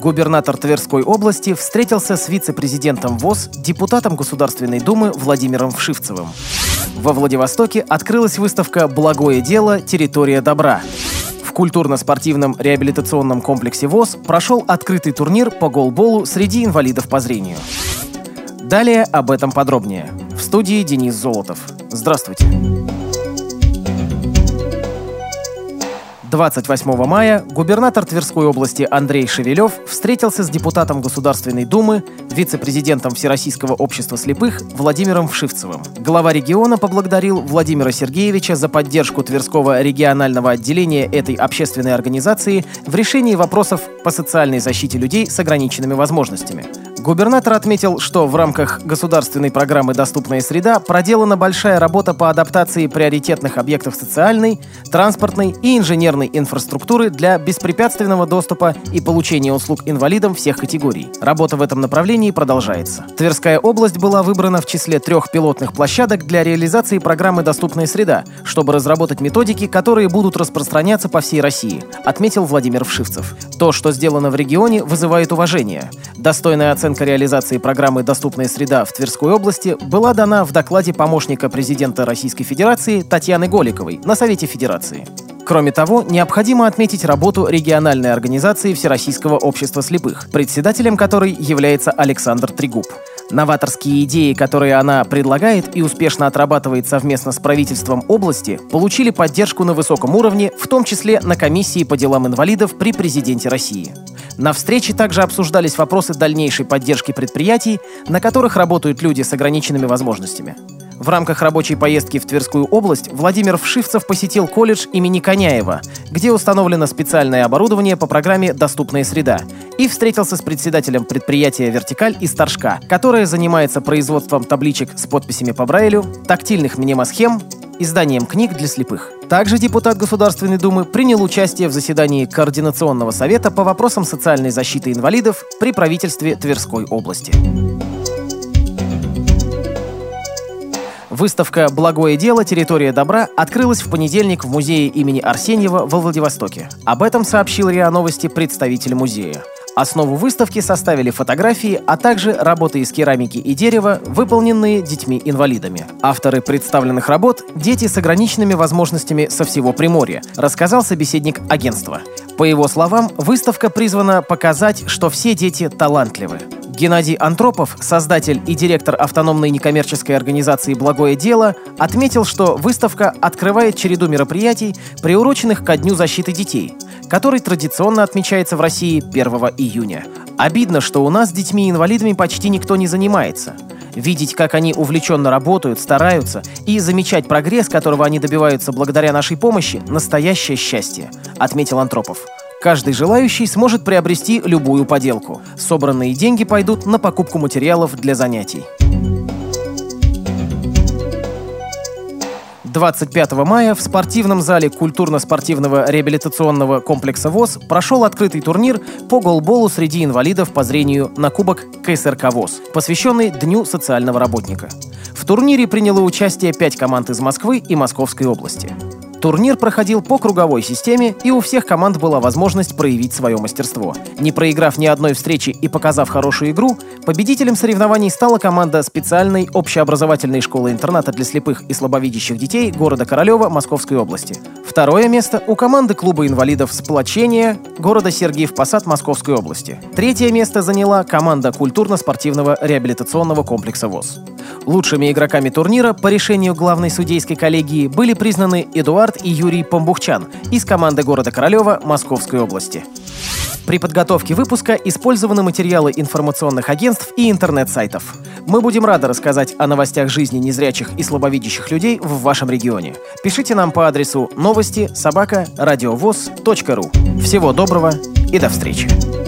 Губернатор Тверской области встретился с вице-президентом ВОС, депутатом Государственной Думы Владимиром Вшивцевым. Во Владивостоке открылась выставка «Благое дело. Территория добра». В культурно-спортивном реабилитационном комплексе ВОС прошел открытый турнир по голболу среди инвалидов по зрению. Далее об этом подробнее. В студии Денис Золотов. Здравствуйте. 28 мая губернатор Тверской области Андрей Шевелев встретился с депутатом Государственной Думы, вице-президентом Всероссийского общества слепых Владимиром Вшивцевым. Глава региона поблагодарил Владимира Сергеевича за поддержку Тверского регионального отделения этой общественной организации в решении вопросов по социальной защите людей с ограниченными возможностями. Губернатор отметил, что в рамках государственной программы «Доступная среда» проделана большая работа по адаптации приоритетных объектов социальной, транспортной и инженерной инфраструктуры для беспрепятственного доступа и получения услуг инвалидам всех категорий. Работа в этом направлении продолжается. Тверская область была выбрана в числе 3 пилотных площадок для реализации программы «Доступная среда», чтобы разработать методики, которые будут распространяться по всей России, отметил Владимир Вшивцев. То, что сделано в регионе, вызывает уважение. Достойная оценка реализации программы «Доступная среда» в Тверской области была дана в докладе помощника президента Российской Федерации Татьяны Голиковой на Совете Федерации. Кроме того, необходимо отметить работу региональной организации Всероссийского общества слепых, председателем которой является Александр Трегуб. Новаторские идеи, которые она предлагает и успешно отрабатывает совместно с правительством области, получили поддержку на высоком уровне, в том числе на комиссии по делам инвалидов при президенте России. На встрече также обсуждались вопросы дальнейшей поддержки предприятий, на которых работают люди с ограниченными возможностями. В рамках рабочей поездки в Тверскую область Владимир Вшивцев посетил колледж имени Коняева, где установлено специальное оборудование по программе «Доступная среда», и встретился с председателем предприятия «Вертикаль» из Торжка, которое занимается производством табличек с подписями по Брайлю, тактильных мнемосхем, изданием книг для слепых. Также депутат Государственной Думы принял участие в заседании Координационного совета по вопросам социальной защиты инвалидов при правительстве Тверской области. Выставка «Благое дело. Территория добра» открылась в понедельник в музее имени Арсеньева во Владивостоке. Об этом сообщил РИА Новости представитель музея. Основу выставки составили фотографии, а также работы из керамики и дерева, выполненные детьми-инвалидами. Авторы представленных работ – дети с ограниченными возможностями со всего Приморья, рассказал собеседник агентства. По его словам, выставка призвана показать, что все дети талантливы. Геннадий Антропов, создатель и директор автономной некоммерческой организации «Благое дело», отметил, что выставка открывает череду мероприятий, приуроченных ко Дню защиты детей, который традиционно отмечается в России 1 июня. Обидно, что у нас с детьми-инвалидами почти никто не занимается. Видеть, как они увлеченно работают, стараются, и замечать прогресс, которого они добиваются благодаря нашей помощи – настоящее счастье, отметил Антропов. Каждый желающий сможет приобрести любую поделку. Собранные деньги пойдут на покупку материалов для занятий. 25 мая в спортивном зале культурно-спортивного реабилитационного комплекса ВОС прошел открытый турнир по голболу среди инвалидов по зрению на Кубок КСРК ВОС, посвященный Дню социального работника. В турнире приняло участие 5 команд из Москвы и Московской области. Турнир проходил по круговой системе, и у всех команд была возможность проявить свое мастерство. Не проиграв ни одной встречи и показав хорошую игру, победителем соревнований стала команда специальной общеобразовательной школы-интерната для слепых и слабовидящих детей города Королева Московской области. Второе место у команды клуба инвалидов «Сплочение» города Сергиев Посад Московской области. Третье место заняла команда культурно-спортивного реабилитационного комплекса ВОС. Лучшими игроками турнира по решению главной судейской коллегии были признаны Эдуард и Юрий Помбухчан из команды города Королева Московской области. При подготовке выпуска использованы материалы информационных агентств и интернет-сайтов. Мы будем рады рассказать о новостях жизни незрячих и слабовидящих людей в вашем регионе. Пишите нам по адресу новости@радиовоз.ру. Всего доброго и до встречи!